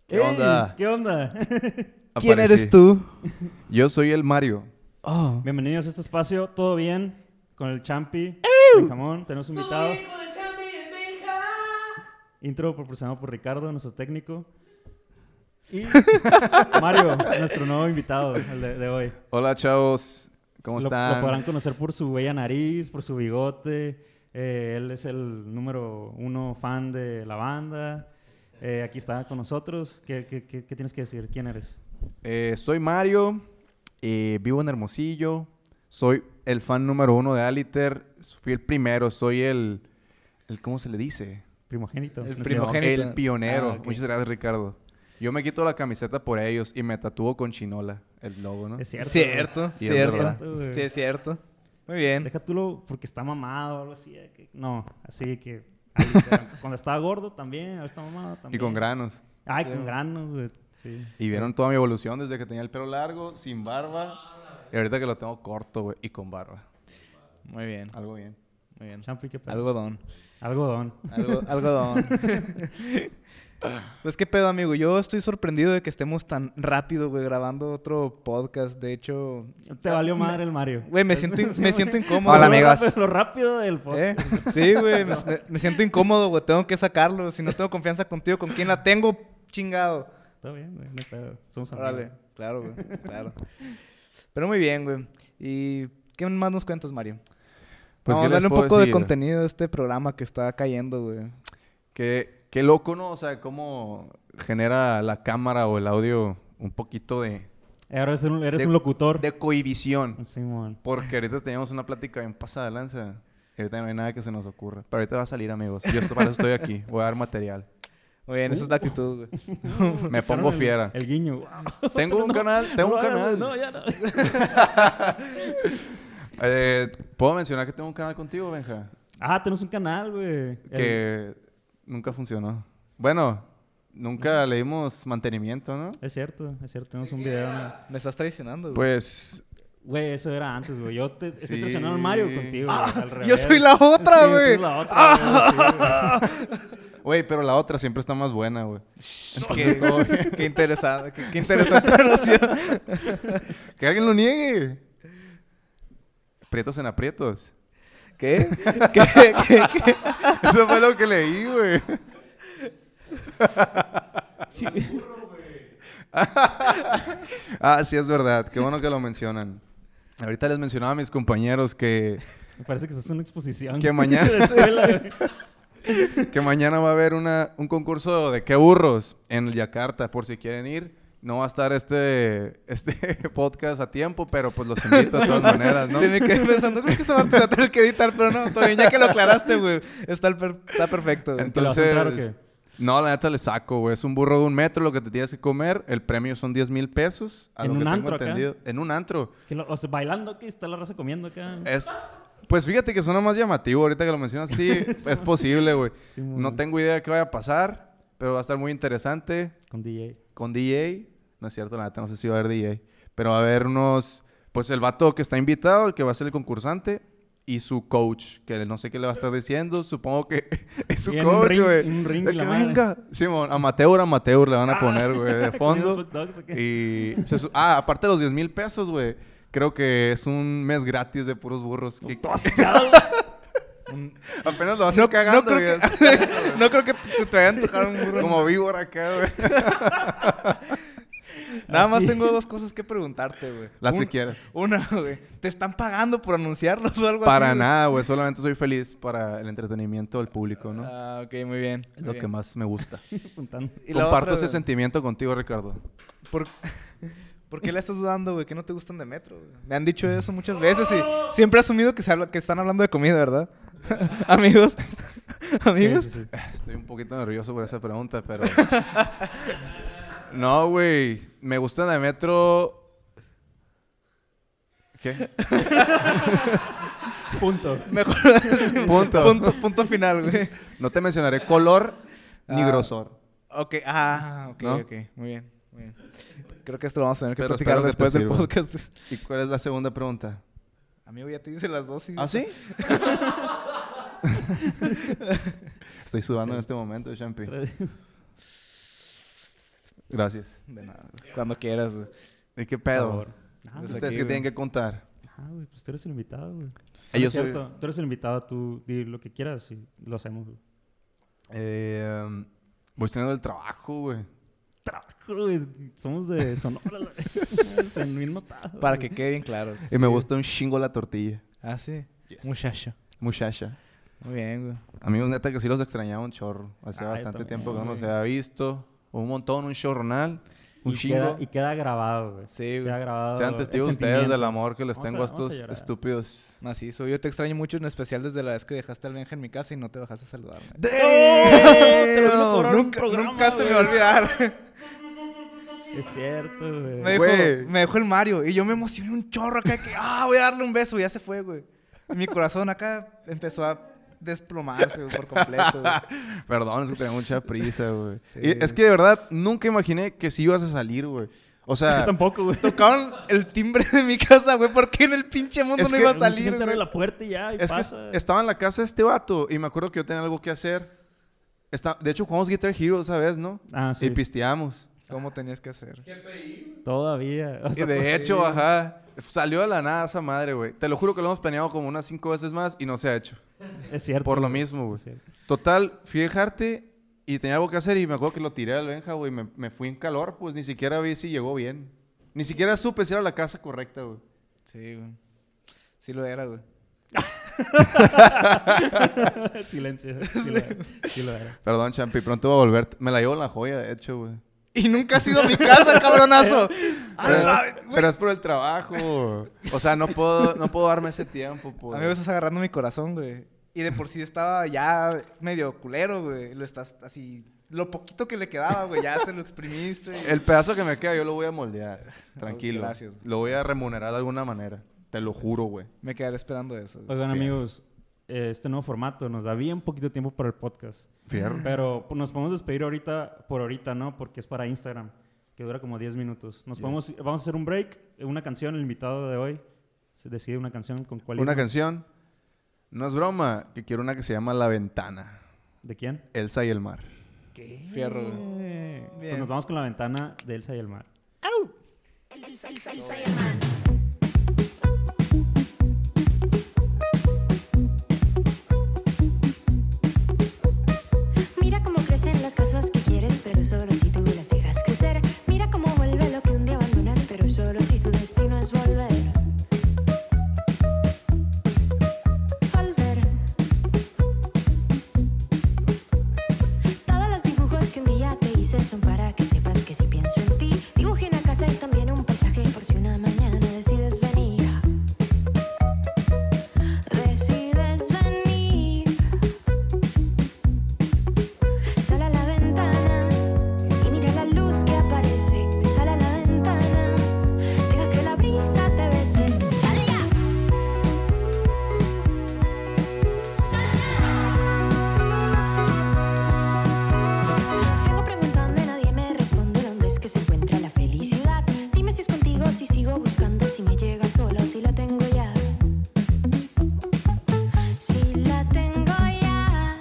¿Qué onda? ¿Qué onda? ¿Quién Aparecí. eres tú? Yo soy el Mario. Oh. Bienvenidos a este espacio. ¿Todo bien? Con el Champi, Benjamón. Tenemos un invitado. Intro proporcionado por Ricardo, nuestro técnico. Y Mario, nuestro nuevo invitado el de hoy. Hola, chavos. ¿Cómo Lo están? podrán conocer por su bella nariz, por su bigote. Él es el número 1 fan de la banda. Aquí está con nosotros. ¿Qué tienes que decir? ¿Quién eres? Soy Mario. Vivo en Hermosillo. Soy el fan número 1 de Aliter. Fui el primero. Soy el ¿cómo se le dice? Primogénito. El No sé. primogénito. El pionero. Ah, ok. Muchas gracias, Ricardo. Yo me quito la camiseta por ellos y me tatúo con chinola el logo, ¿no? Es cierto. Cierto, Y es cierto. verdad. güey. Sí, es cierto. Muy bien. Déjatelo porque está mamado o algo así. No, así que... cuando estaba gordo también, ahora está mamado también. Y con granos. Ay, Sí. con granos, güey. Sí. Y vieron toda mi evolución desde que tenía el pelo largo, sin barba. Y ahorita que lo tengo corto, güey, y con barba. Muy bien. Algo bien. Muy bien. Champi, ¿qué pedo? Algodón. Algodón. Algodón. Pues qué pedo, amigo. Yo estoy sorprendido de que estemos tan rápido, güey, grabando otro podcast. De hecho... Te valió madre el Mario. Güey, me siento incómodo. Hola, Lo amigos. rápido- Lo rápido del podcast. Sí, güey. Me siento incómodo, güey. Tengo que sacarlo. Si no tengo confianza contigo, ¿con quién la tengo? Chingado. Está bien, güey. No hay pedo. Somos amigos. Órale. Claro, güey. Claro. Pero muy bien, güey. ¿Y qué más nos cuentas, Mario? Pues, Vamos ¿qué a darle les un puedo poco de decir? contenido a este programa que está cayendo, güey. Qué loco, ¿no? O sea, cómo genera la cámara o el audio un poquito de Ahora eres De- un locutor. de cohibición. Simón. Porque ahorita teníamos una plática bien pasada de lanza. Y ahorita no hay nada que se nos ocurra. Pero ahorita va a salir, amigos. Para eso estoy aquí. Voy a dar material. Muy bien, esa es la actitud, güey. Me pongo fiera. El guiño. Tengo un canal. Tengo un canal. No, ya no. ¿Puedo mencionar que tengo un canal contigo, Benja? Ah, tenemos un canal, güey. Que nunca funcionó. Bueno, nunca le dimos mantenimiento, ¿no? Es cierto. Tenemos un video. ¿no? Me estás traicionando, güey. Pues Güey, eso era antes, güey. Yo te estoy Sí. traicionando al Mario contigo, güey. Al revés. yo soy la otra, Sí, tú güey. eres la otra, güey. Sí, güey. güey, pero la otra siempre está más buena, güey. Qué interesante. Qué interesante noción. Que alguien lo niegue. Prietos en aprietos. ¿Qué? Eso fue lo que leí, güey. Sí, es verdad. Qué bueno que lo mencionan. Ahorita les mencionaba a mis compañeros que Me parece que eso es una exposición. Que mañana- de escuela, güey. mañana va a haber un concurso de qué burros en el Yakarta, por si quieren ir. No va a estar este podcast a tiempo, pero pues los invito de todas maneras, ¿no? Sí, me quedé pensando, creo que se va a tener que editar, pero no, todo bien, ya que lo aclaraste, güey. Está perfecto, güey. ¿Que lo vas a entrar o qué? No, la neta le saco, güey. Es un burro de 1 metro lo que te tienes que comer. El premio son 10,000 pesos. A ¿En lo un que antro tengo acá? entendido. En un antro. O sea, bailando aquí, está la raza comiendo acá. Pues fíjate que suena más llamativo ahorita que lo mencionas. Sí, es posible, güey. Sí, muy No bien. tengo idea de qué vaya a pasar, pero va a estar muy interesante. Con DJ. Con DJ. No es cierto, la neta, no sé si va a haber DJ. Pero va a haber pues el vato que está invitado, el que va a ser el concursante, y su coach, que no sé qué le va a estar diciendo. Supongo que es su Y en un coach, ring- güey. en un ring De y la que madre. venga. Simón, amateur le van a poner, güey, de fondo. ¿Hot dogs o qué? Y aparte de los 10,000 pesos, güey. Creo que es un mes gratis de puros burros. Que apenas lo vas a ir cagando, creo güey. No creo que se te vaya a antojar un burro. Como víbora acá, güey. Nada más Así. tengo 2 cosas que preguntarte, güey. Las que quieras. Una, güey. ¿Te están pagando por anunciarlos o algo Para así? güey? nada, güey. Solamente soy feliz para el entretenimiento del público, ¿no? Ah, ok, muy bien. Es muy lo bien. que más me gusta. Apuntando. Y la Comparto otra, ese güey, sentimiento contigo, Ricardo. ¿Por qué le estás dudando, güey? Que no te gustan de Metro, güey. Me han dicho eso muchas veces y siempre he asumido que están hablando de comida, ¿verdad? Amigos. Amigos. Sí, sí, sí. Estoy un poquito nervioso por esa pregunta, pero... No, güey. Me gusta de Metro... ¿Qué? Punto. Mejor. Punto. Punto final, güey. No te mencionaré color ni Ah. grosor. Ok, ok, ¿No? ok. Muy bien, muy bien. Creo que esto lo vamos a tener que Pero platicar espero que te después del sirva. podcast. ¿Y cuál es la segunda pregunta? Amigo, ya te hice las 2 y... ¿Ah, sí? Estoy sudando en este momento, Champi. Gracias. De nada, güey. Cuando quieras, güey. ¿Y qué Por pedo? favor. Desde ¿Ustedes aquí, qué güey. tienen que contar? Güey, pues tú eres el invitado, güey. Yo Es soy- cierto, tú eres el invitado, tú di lo que quieras y lo hacemos, güey. Voy saliendo del trabajo, güey. Trabajo, güey. Somos de Sonora, güey. Se me notado, Para güey. que quede bien claro. Y me gusta un chingo la tortilla. Ah, sí. Yes. Muchacho. Muchacha. Muy bien, güey. Amigos, neta que sí los extrañaba un chorro. Hacía Ay, bastante también, tiempo que no los güey. había visto. Un montón, un chorronal. Un Y chingo. queda grabado, güey. Sí, güey. Queda grabado. Sean el testigos ustedes sentimiento. del amor que les Vamos tengo a a- vamos a estos llorar. estúpidos. Macizo. Yo te extraño mucho, en especial desde la vez que dejaste al Benja en mi casa y no te bajaste a saludarme. te lo vino a cobrar en un Nunca, programa, nunca se me güey. va a olvidar. Es cierto, güey. Güey. Me dejó el Mario y yo me emocioné un chorro acá que, voy a darle un beso. Y ya se fue, güey. Y mi corazón acá empezó a desplomarse, güey, por completo, güey. Perdón, es que tenía mucha prisa, güey. Sí. Y es que de verdad nunca imaginé que sí ibas a salir, güey. O sea, Yo tampoco, güey. Tocaron el timbre de mi casa, güey. ¿Por qué en el pinche mundo Es no que iba a Mucha salir, gente abre güey? la puerta y ya, y es pasa. que estaba en la casa de este vato y me acuerdo que yo tenía algo que hacer. De hecho, jugamos Guitar Hero esa vez, ¿no? Ah, sí. Y pisteamos. ¿Cómo tenías que hacer? Todavía. O Y sea, de hecho, sí. ajá, salió de la nada esa madre, güey. Te lo juro que lo hemos planeado como unas 5 veces más y no se ha hecho. Es cierto. Por lo güey. mismo, güey. Es cierto. Total, fui a dejarte y tenía algo que hacer y me acuerdo que lo tiré al Benja, güey. Me fui en calor, pues ni siquiera vi si llegó bien. Ni siquiera supe si era la casa correcta, güey. Sí, güey. Sí lo era, güey. Silencio. Sí lo era. Perdón, Champi, pronto voy a volver. Me la llevo en la joya, de hecho, güey. Y nunca ha sido mi casa, cabronazo. Pero es por el trabajo. O sea, no puedo darme ese tiempo, pues. Amigo, estás agarrando mi corazón, güey. Y de por sí estaba ya medio culero, güey. Lo estás así... Lo poquito que le quedaba, güey, ya se lo exprimiste. El pedazo que me queda yo lo voy a moldear. Tranquilo. Gracias. Lo voy a remunerar de alguna manera. Te lo juro, güey. Me quedaré esperando eso, güey. Oigan, Fierro. amigos, este nuevo formato nos da bien poquito tiempo para el podcast. Fierro. Pero pues, nos podemos despedir por ahorita, ¿no? Porque es para Instagram, que dura como 10 minutos. Vamos a hacer un break, una canción, el invitado de hoy se decide una canción con cuál Una irnos. canción. No es broma, que quiero una que se llama La Ventana. ¿De quién? Elsa y el mar. ¿Qué? Fierro, güey. Pues Bien. nos vamos con La Ventana de Elsa y el mar. Elsa y el mar. Mira cómo crecen las cosas que quieres, pero solo si tú las dejas crecer. Mira cómo vuelve lo que un día abandonas, pero solo si su destino es volver. Volver. Todos los dibujos que un día te hice son para que sepas que si pienso en ti. Dibujé una casa y también un paisaje por si una mañana decides venir. Decides venir. Sal a la ventana y mira la luz que aparece. Sal a la ventana, deja que la brisa te bese. Sal ya. Vengo preguntando y nadie me responde dónde es que se encuentra la felicidad. Dime si es contigo, si sigo buscando, si me llega sola o si la tengo ya. Si la tengo ya.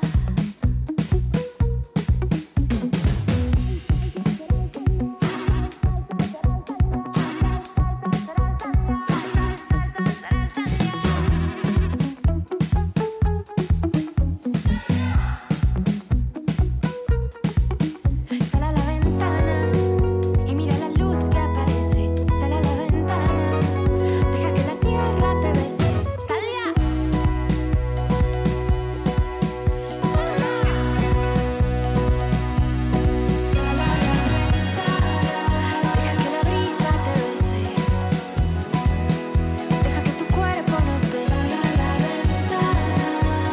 Sal a la ventana y mira la luz que aparece. Sal a la ventana, deja que la tierra te bese. Sal ya. Sal a la ventana, deja que la brisa te bese. Deja que tu cuerpo no pese. Sal a la ventana,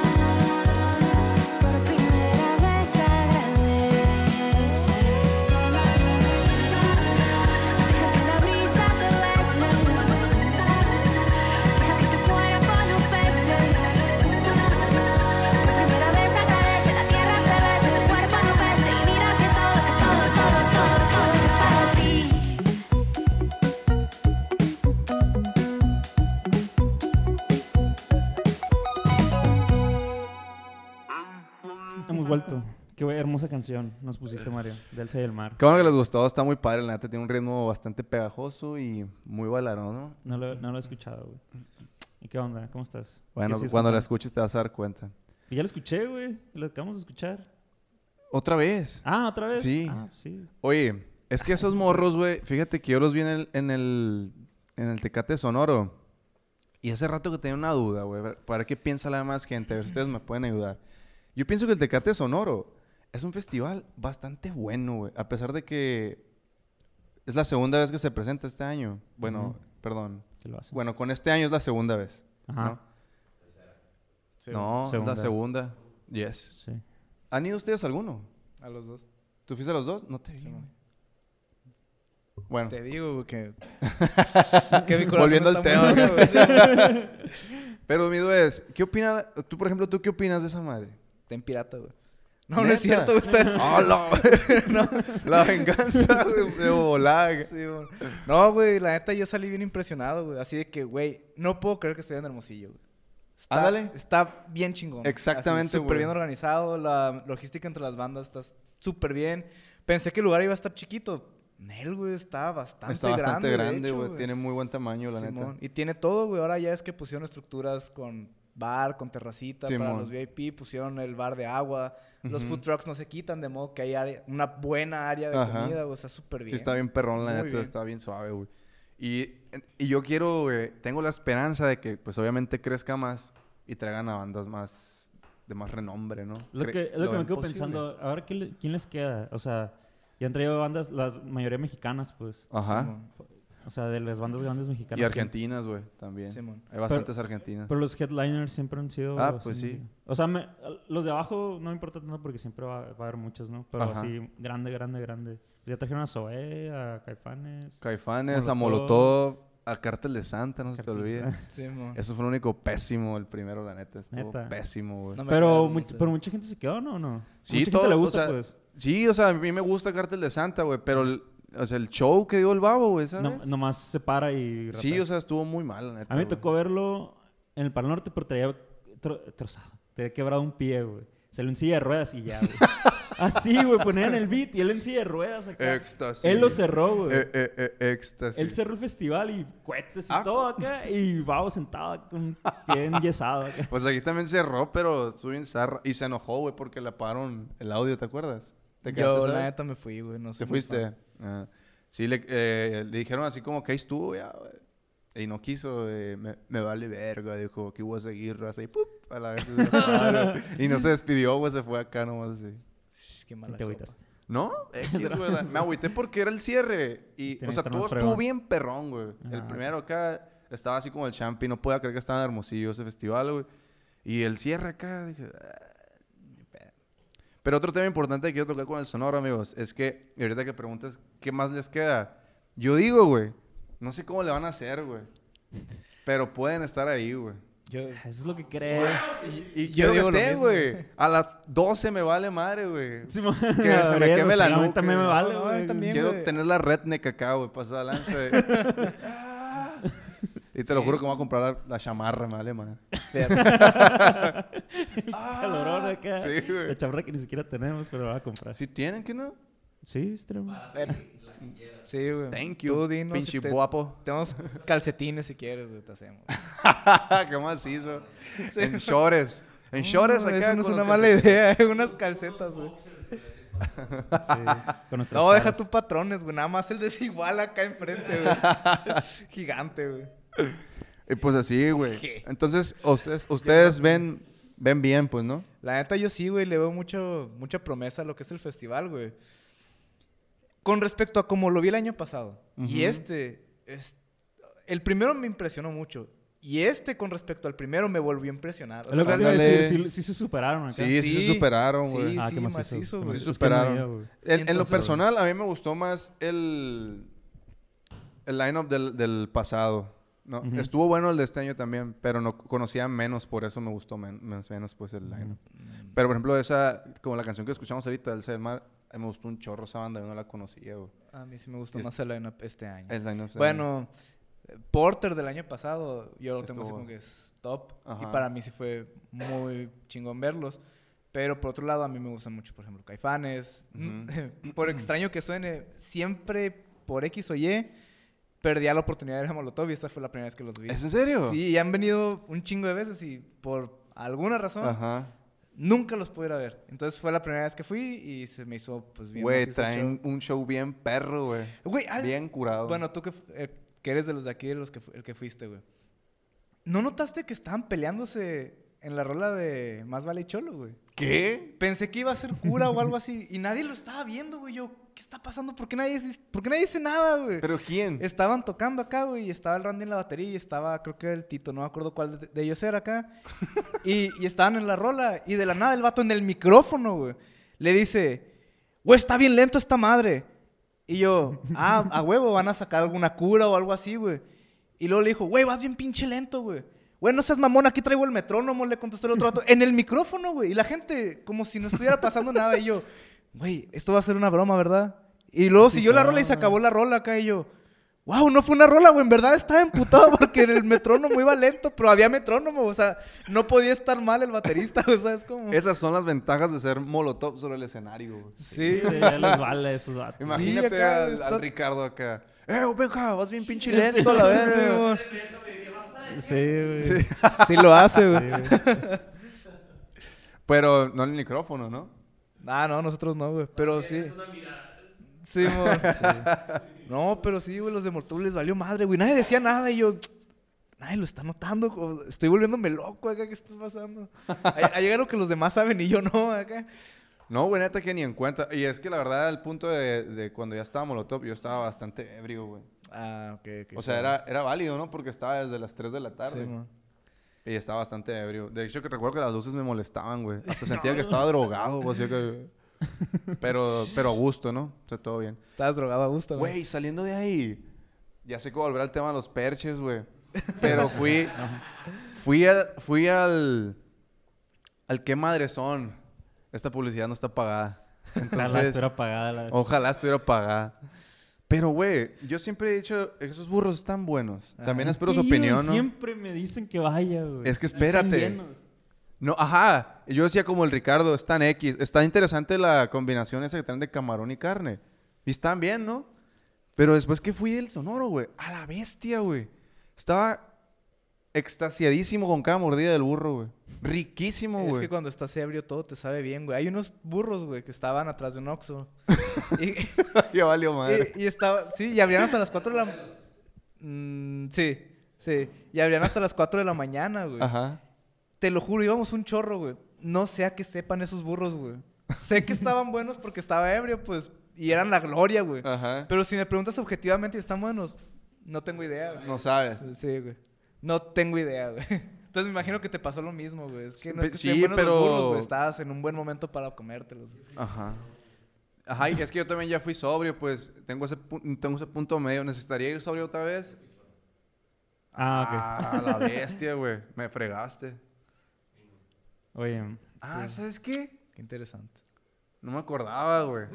por primera vez agradece. Sal a la ventana, deja que la brisa te bese. Deja que tu cuerpo no pese. Por primera vez agradece, la tierra te bese, tu cuerpo no pese. Y mira que todo es para ti. Hemos vuelto. Qué hermosa canción nos pusiste, Mario. Del Elsa y el mar. Qué bueno que les gustó. Está muy padre, la neta. Tiene un ritmo bastante pegajoso y muy bailarón, ¿no? No lo he escuchado, güey. ¿Y qué onda? ¿Cómo estás? Bueno, ¿Qué sigues cuando la contando? escuches te vas a dar cuenta. Y ya lo escuché, güey. Lo acabamos de escuchar. ¿Otra vez? Ah, ¿otra vez? Sí. Ah, sí. Oye, es que esos morros, güey, fíjate que yo los vi en el Tecate Sonoro. Y hace rato que tenía una duda, güey. Para qué piensa la demás gente. A ver si ustedes me pueden ayudar. Yo pienso que el Tecate Sonoro es un festival bastante bueno, güey. A pesar de que es la segunda vez que se presenta este año. Bueno, Ujú. perdón. Que lo hace. Bueno, con este año es la segunda vez. Ajá. ¿No? No, es Segunda. la segunda. Yes. Sí. ¿Han ido ustedes a alguno? A los dos. ¿Tú fuiste a los dos? No te vi, Sí, güey. Bueno, Te digo, güey, que mi corazón volviendo al está tema. muy loco, güey. pero mi duda es, ¿qué opinas? Tú, por ejemplo, ¿tú qué opinas de esa madre? Está en pirata, güey. No, no ¿Neta? es cierto, güey. Está... ¡Oh, la venganza, güey, de volada. Sí, güey. No, güey, la neta yo salí bien impresionado, güey. Así de que, güey, no puedo creer que estoy en Hermosillo, güey. Ándale. Está bien chingón. Exactamente, Súper güey. bien organizado. La logística entre las bandas está súper bien. Pensé que el lugar iba a estar chiquito. Nel, güey, está bastante Está bastante de grande, hecho, güey. Tiene muy buen tamaño, la Simón. neta. Y tiene todo, güey. Ahora ya es que pusieron estructuras con bar, con terracita para Simón. los VIP. Pusieron el bar de agua. Los Ujú. food trucks no se quitan, de modo que hay una buena área de Ajá. comida, güey. Está súper bien. Sí, está bien perrón, la Muy neta. bien. Está bien suave, güey. Y yo quiero, güey, tengo la esperanza de que, pues, obviamente crezca más y traigan a bandas más, de más renombre, ¿no? Es lo que me ven quedo posible? pensando. Ahora, ¿quién les queda? O sea, ya han traído bandas, la mayoría mexicanas, pues. Ajá. Simón. O sea, de las bandas grandes mexicanas. Y argentinas, güey, también. Simón. Hay bastantes argentinas. Pero los headliners siempre han sido... Ah, así pues sí. muy- O sea, los de abajo no me importa tanto porque siempre va a haber muchos, ¿no? Pero Ajá. así, grande. Ya trajeron a Zoé, a Caifanes. Caifanes, a Molotov. Molotov, a Cártel de Santa, no se te Cártel de olvide. Santa. Simón. Eso fue lo único pésimo, el primero, la neta. Estuvo Neta. pésimo, güey. No me Pero, acuerdo, no sé. pero mucha gente se quedó, ¿no? ¿O no? Sí, mucha todo, gente le o gusta, sea, pues. Sí, o sea, a mí me gusta Cártel de Santa, güey, pero o sea, el show que dio el babo, güey, ¿sabes? Nomás se para y... Sí, rapea. o sea, estuvo muy mal, la neta. A mí me güey. tocó verlo en el Pal Norte, pero traía trozado. Traía quebrado un pie, güey. Salió en silla de ruedas y ya, güey. Así, güey, ponían el beat y él en silla de ruedas acá. Éxtasis. Él lo cerró, güey. Éxtasis. Él cerró el festival y cohetes y Ah. todo acá. Y Babo sentado con un pie enyesado acá. Pues aquí también cerró, pero estuvo bien zarra. Y se enojó, güey, porque le apagaron el audio, ¿te acuerdas? ¿Te quedaste, Yo, la sabes? neta, me fui, güey. No soy ¿Te muy fuiste? fan. Ah. Sí, le dijeron así como que ahí estuvo ya, güey. Y no quiso, me vale verga, dijo, que voy a seguir, raza, y ¡pup! A la vez se fue, y no se despidió, güey, se fue acá nomás así. Qué Y mala te copa. agüitaste. ¿No? Güey, me agüité porque era el cierre. Y, Tenía o sea, que estar todo más estuvo fregón. bien perrón, güey. El Ajá. primero acá estaba así como el champi. No podía creer que estaba en Hermosillo ese festival, güey. Y el cierre acá, dije... ni pedo. Pero otro tema importante que quiero tocar con el Sonoro, amigos, es que, y ahorita que preguntas qué más les queda, yo digo, güey, no sé cómo le van a hacer, güey. Pero pueden estar ahí, güey. Yo, Eso es lo que cree. Y Yo quiero que digo lo estén, mismo. güey. A las 12 me vale madre, güey. Que se me queme la A mí nuca, también me güey. vale, No, güey. a mí también. Quiero güey. tener la redneck acá, güey, pasada lanza. güey. Y te lo juro que me voy a comprar la chamarra, me vale madre. Calorón acá. Sí, güey. La chamarra que ni siquiera tenemos, pero la voy a comprar. ¿Sí tienen que no? Sí, es tremendo. Sí, güey. Thank Tú you, dinos pinche si te- guapo. Tenemos calcetines si quieres, güey, te hacemos. ¿Qué más hizo? En shorts. En shorts No, acá. eso no es con una los mala calcetines. idea, unas calcetas, güey. Sí, con nuestras No, deja caras. tus patrones, güey. Nada más el desigual acá enfrente, güey. Gigante, güey. Y pues así, güey. ¿Qué? Entonces, ustedes ven bien, pues, ¿no? La neta, yo sí, güey, le veo mucha promesa a lo que es el festival, güey. Con respecto a como lo vi el año pasado. Y Ujú. el primero me impresionó mucho. Y con respecto al primero, me volvió a impresionar. O Es lo que sea, te iba a ándale. decir. Sí se superaron acá. Sí, se superaron, güey. Sí, Ah, sí, qué macizo. macizo, Qué güey. Sí, Es que no superaron. he ido, güey. En lo Entonces- personal, a mí me gustó más el line-up del pasado. No, Ujú. estuvo bueno el de este año también, pero no conocía menos, por eso me gustó menos pues el line-up. Pero, por ejemplo, como la canción que escuchamos ahorita, El del Mar, a mí me gustó un chorro esa banda, yo no la conocía, güey. A mí sí me gustó Es- más el line-up este año. El line-up está Bueno, Porter del año pasado, yo lo tengo así Estuvo- como que es top. Y Ajá. para mí sí fue muy chingón verlos. Pero por otro lado, a mí me gustan mucho, por ejemplo, Caifanes. Por extraño que suene, siempre por X o Y perdía la oportunidad de ver a Molotov y esta fue la primera vez que los vi. ¿Es en serio? Sí, y han venido un chingo de veces y por alguna razón Ajá. nunca los pude ir a ver. Entonces fue la primera vez que fui y se me hizo pues bien. Güey, macizo el traen show. un show bien perro, güey. Güey, Bien curado. Bueno, tú que eres de los de aquí, el que fuiste, güey. ¿No notaste que estaban peleándose en la rola de Más Vale Cholo, güey? ¿Qué? Pensé que iba a ser cura o algo así y nadie lo estaba viendo, güey. Yo, ¿qué está pasando? ¿Por qué nadie dice nada, güey? ¿Pero quién? Estaban tocando acá, güey, y estaba el Randy en la batería y estaba, creo que era el Tito, no me acuerdo cuál de ellos era acá. y estaban en la rola y de la nada el vato en el micrófono, güey, le dice, güey, está bien lento esta madre. Y yo, a huevo, van a sacar alguna cura o algo así, güey. Y luego le dijo, güey, vas bien pinche lento, güey. Güey, no seas mamón, aquí traigo el metrónomo, le contestó el otro vato. En el micrófono, güey. Y la gente, como si no estuviera pasando nada. Y yo, güey, esto va a ser una broma, ¿verdad? Y luego siguió la rola y se acabó la rola acá. Y yo, wow, no fue una rola, güey. En verdad estaba emputado porque el metrónomo iba lento, pero había metrónomo. O sea, no podía estar mal el baterista. O sea, es como... Esas son las ventajas de ser Molotov sobre el escenario, güey. Sí, Ya les vale a esos vatos. Imagínate acá al está- Ricardo acá. Venga, vas bien pinche lento a la verga. Sí, güey. Sí. sí lo hace, güey. Pero no en el micrófono, ¿no? Ah, no, nosotros no, güey. Pero sí. Sí, mo. No, pero sí, güey, los de Molotov les valió madre, güey. Nadie decía nada y yo... Nadie lo está notando. Estoy volviéndome loco acá. ¿Qué está pasando? Ha llegado que los demás saben y yo no acá. No, güey, neta que ni en cuenta. Y es que la verdad, al punto de cuando ya estaba Molotov, yo estaba bastante ebrio, güey. Ah, ok. O sea, era válido, ¿no? Porque estaba desde las 3 de la Sí, tarde. mo. Y estaba bastante ebrio. De hecho, que recuerdo que las luces me molestaban, güey. Hasta sentía que estaba drogado, güey. Así que... pero a gusto, ¿no? O sea, todo bien. Estabas drogado a gusto, Güey, saliendo de ahí, ya sé cómo volver al tema de los perches, güey. Pero fui al qué madre son. Esta publicidad no está pagada. Ojalá Entonces, estuviera pagada la... ojalá estuviera pagada. Pero, güey, yo siempre he dicho, esos burros están buenos. También espero su Ellos opinión, ¿no? Siempre me dicen que vaya, güey. Es que Están espérate. llenos. No, ajá. Yo decía como el Ricardo, están X. Está interesante la combinación esa que traen de camarón y carne. Y están bien, ¿no? Pero después que fui del Sonoro, güey, a la bestia, güey. Estaba extasiadísimo con cada mordida del burro, güey. Riquísimo, Es güey. que cuando estás ebrio todo te sabe bien, güey. Hay unos burros, güey, que estaban atrás de un Oxxo. y, Ya valió madre. y estaba... Sí, y abrían hasta las 4 de la... sí. Y abrían hasta las 4 de la mañana, güey. Ajá. Te lo juro, íbamos un chorro, güey. No sé a qué sepan esos burros, güey. Sé que estaban buenos porque estaba ebrio, pues... Y eran la gloria, güey. Ajá. Pero si me preguntas objetivamente si están buenos, no tengo idea, güey. No sabes. Sí, güey. No tengo idea, güey. Entonces me imagino que te pasó lo mismo, güey. Es que no es que Sí, estén buenos los pero- burros, güey. Estabas en un buen momento para comértelos. Ajá. Ajá, y es que yo también ya fui sobrio, pues tengo ese punto medio. ¿Necesitaría ir sobrio otra vez? Ah, La bestia, güey. Me fregaste. ok. Oye, ¿Sabes qué? Qué interesante. No me acordaba, güey.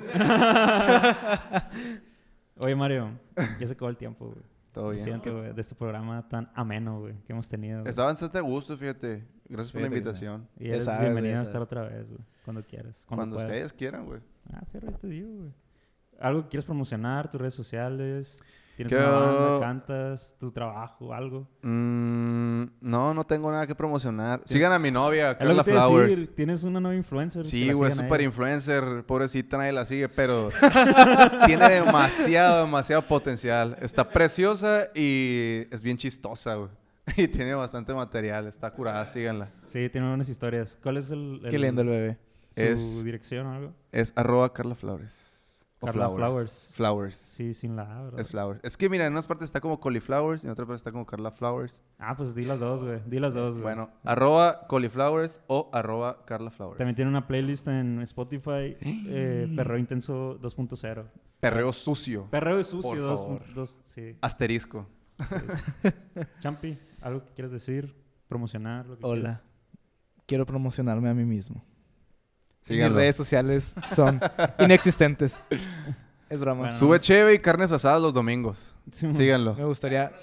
oye, Mario, ya se acabó el tiempo, güey. Todo Lo bien. siento, güey, de este programa tan ameno, güey, que hemos tenido. güey. Estaba bastante a gusto, fíjate. Gracias por la Fíjate que sí. invitación. Y eres sabes, bienvenido ya a estar sabes. otra vez, güey. Cuando quieras. Cuando puedas. ustedes quieran, güey. Ah, fierro, yo te digo, güey. ¿Algo que quieres promocionar? ¿Tus redes sociales? ¿Tienes Quiero- una banda? ¿Cantas? ¿Tu trabajo? ¿Algo? No tengo nada que promocionar. Sigan a mi novia, Es lo Carla que te iba a Flowers. decir, tienes una nueva influencer. que Sí, la güey, sigan a super ella. influencer. Pobrecita, nadie la sigue, pero tiene demasiado potencial. Está preciosa y es bien chistosa, güey. Y tiene bastante material. Está curada, síganla. Sí, tiene unas historias. ¿Cuál es Qué lindo el bebé. su Es- dirección o algo? Es @Carla Flowers. O Carla Flowers. Flowers. Sí, sin la A, ¿verdad? Es Flowers. Es que mira, en unas partes está como Cauliflowers y en otras partes está como Carla Flowers. Ah, pues di las dos, güey. Di las dos, güey. Bueno, @Cauliflowers o @Carla Flowers. También tiene una playlist en Spotify, Perreo Intenso 2.0. Perreo sucio. Perreo de sucio Por favor. 2.2. Sí. Asterisco. Champi, ¿algo que quieras decir? ¿Promocionar? Lo que Hola. Quiero promocionarme a mí mismo. Mis Síganlo. redes sociales son inexistentes. Es broma. Bueno. Sube cheve y carnes asadas los domingos. quieras. Sí, Síganlo. Me gustaría...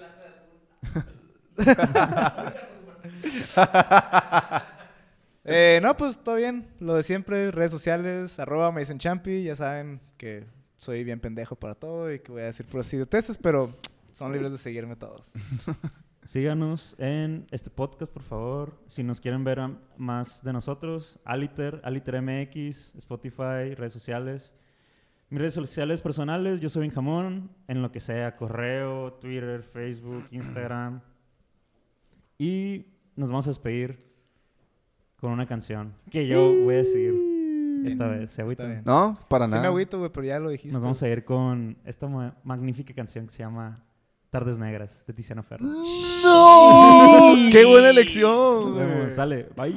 No, pues todo bien. Lo de siempre, redes sociales, @MasonChampi. Ya saben que soy bien pendejo para todo y que voy a decir puras idioteces, pero son libres de seguirme todos. Síganos en este podcast, por favor. Si nos quieren ver más de nosotros, Aliter MX, Spotify, redes sociales. Mis redes sociales personales, yo soy Benjamón, en lo que sea, correo, Twitter, Facebook, Instagram. Y nos vamos a despedir con una canción que yo voy a decir esta vez. ¿Se agüita? Está bien. No, para Sí nada. me agüito, güey, pero ya lo dijiste. Nos vamos a ir con esta magnífica canción que se llama Tardes Negras, de Tiziano Ferro. ¡No! ¡Qué buena elección! Nos vemos, sale, bye.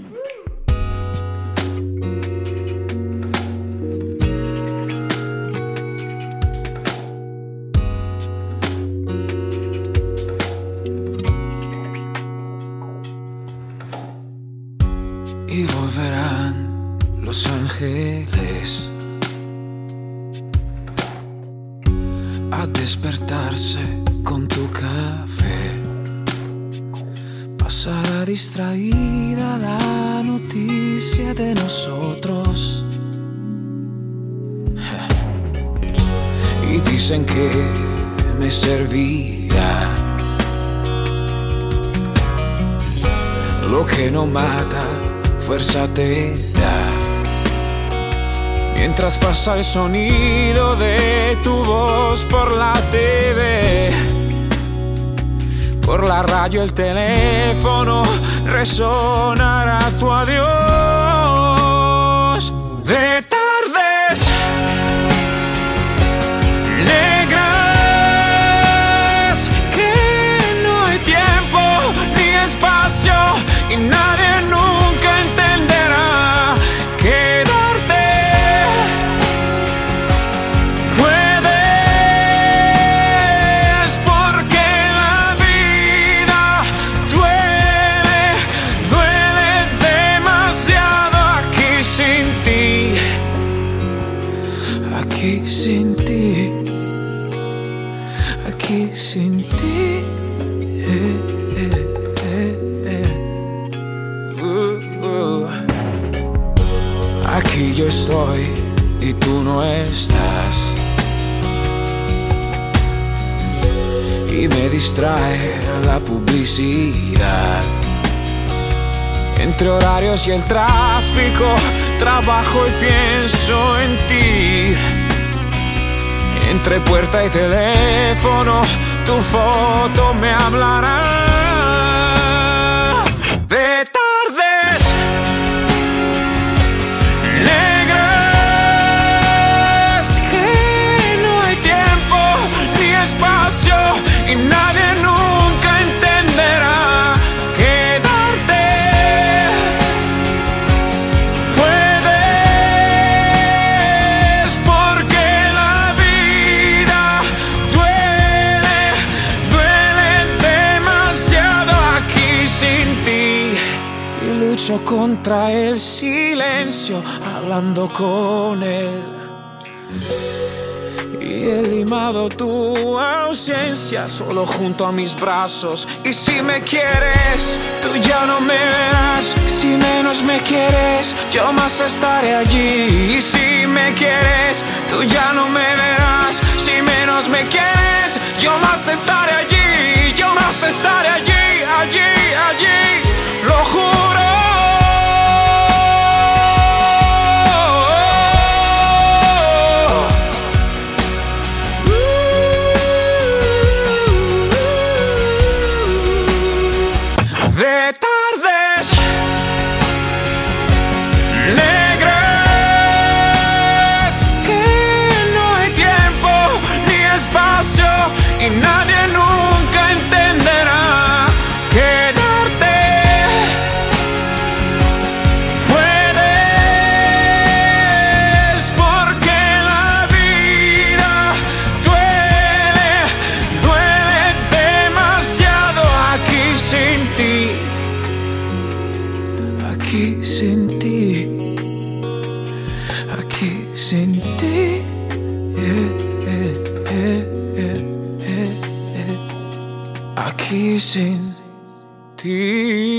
Y volverán los ángeles a despertarse con tu café. Pasará distraída la noticia de nosotros. Y dicen que me servirá lo que no mata, fuerza te da. Mientras pasa el sonido de tu voz por la TV, por la radio, el teléfono, resonará tu adiós. De tardes negras, que no hay tiempo ni espacio y nadie nunca entenderá. Quedarte puedes porque la vida duele, duele demasiado aquí sin ti, aquí sin ti, aquí sin ti. Aquí yo estoy y tú no estás, y me distrae la publicidad. Entre horarios y el tráfico, trabajo y pienso en ti. Entre puerta y teléfono, tu foto me hablará. De tardes negras, que no hay tiempo ni espacio y nadie nunca entenderá. Quedarte puedes porque la vida duele, duele demasiado aquí sin ti. Y lucho contra el silencio, hablando con él. Y he limado tu ausencia solo junto a mis brazos. Y si me quieres, tú ya no me verás. Si menos me quieres, yo más estaré allí. Y si me quieres, tú ya no me verás. Si menos me quieres, yo más estaré allí. Yo más estaré allí, allí, allí. Lo juro. De tardes negras, que no hay tiempo ni espacio y nadie nunca entenderá. Quedarte puedes porque la vida duele, duele demasiado aquí sin ti. Aquí sin ti, aquí sin ti, aquí sin ti.